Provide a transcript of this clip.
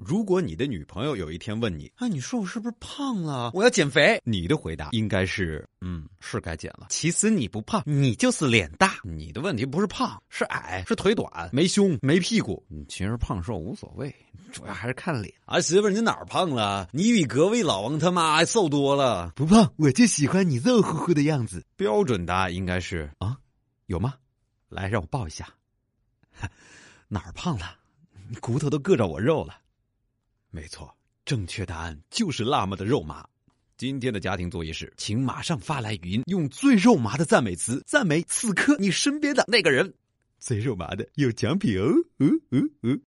如果你的女朋友有一天问你，你说我是不是胖了？我要减肥。你的回答应该是，是该减了。其实你不胖，你就是脸大。你的问题不是胖，是矮，是腿短，没胸，没屁股。其实胖瘦无所谓，主要还是看脸。媳妇儿，你哪儿胖了？你比各位老王他妈还瘦多了。 不胖，我就喜欢你肉乎乎的样子。 标准答案应该是有吗？来，让我抱一下。哪儿胖了？骨头都硌着我肉了。没错，正确答案就是辣妈的肉麻。今天的家庭作业是，请马上发来语音，用最肉麻的赞美词赞美此刻你身边的那个人。最肉麻的有奖品哦。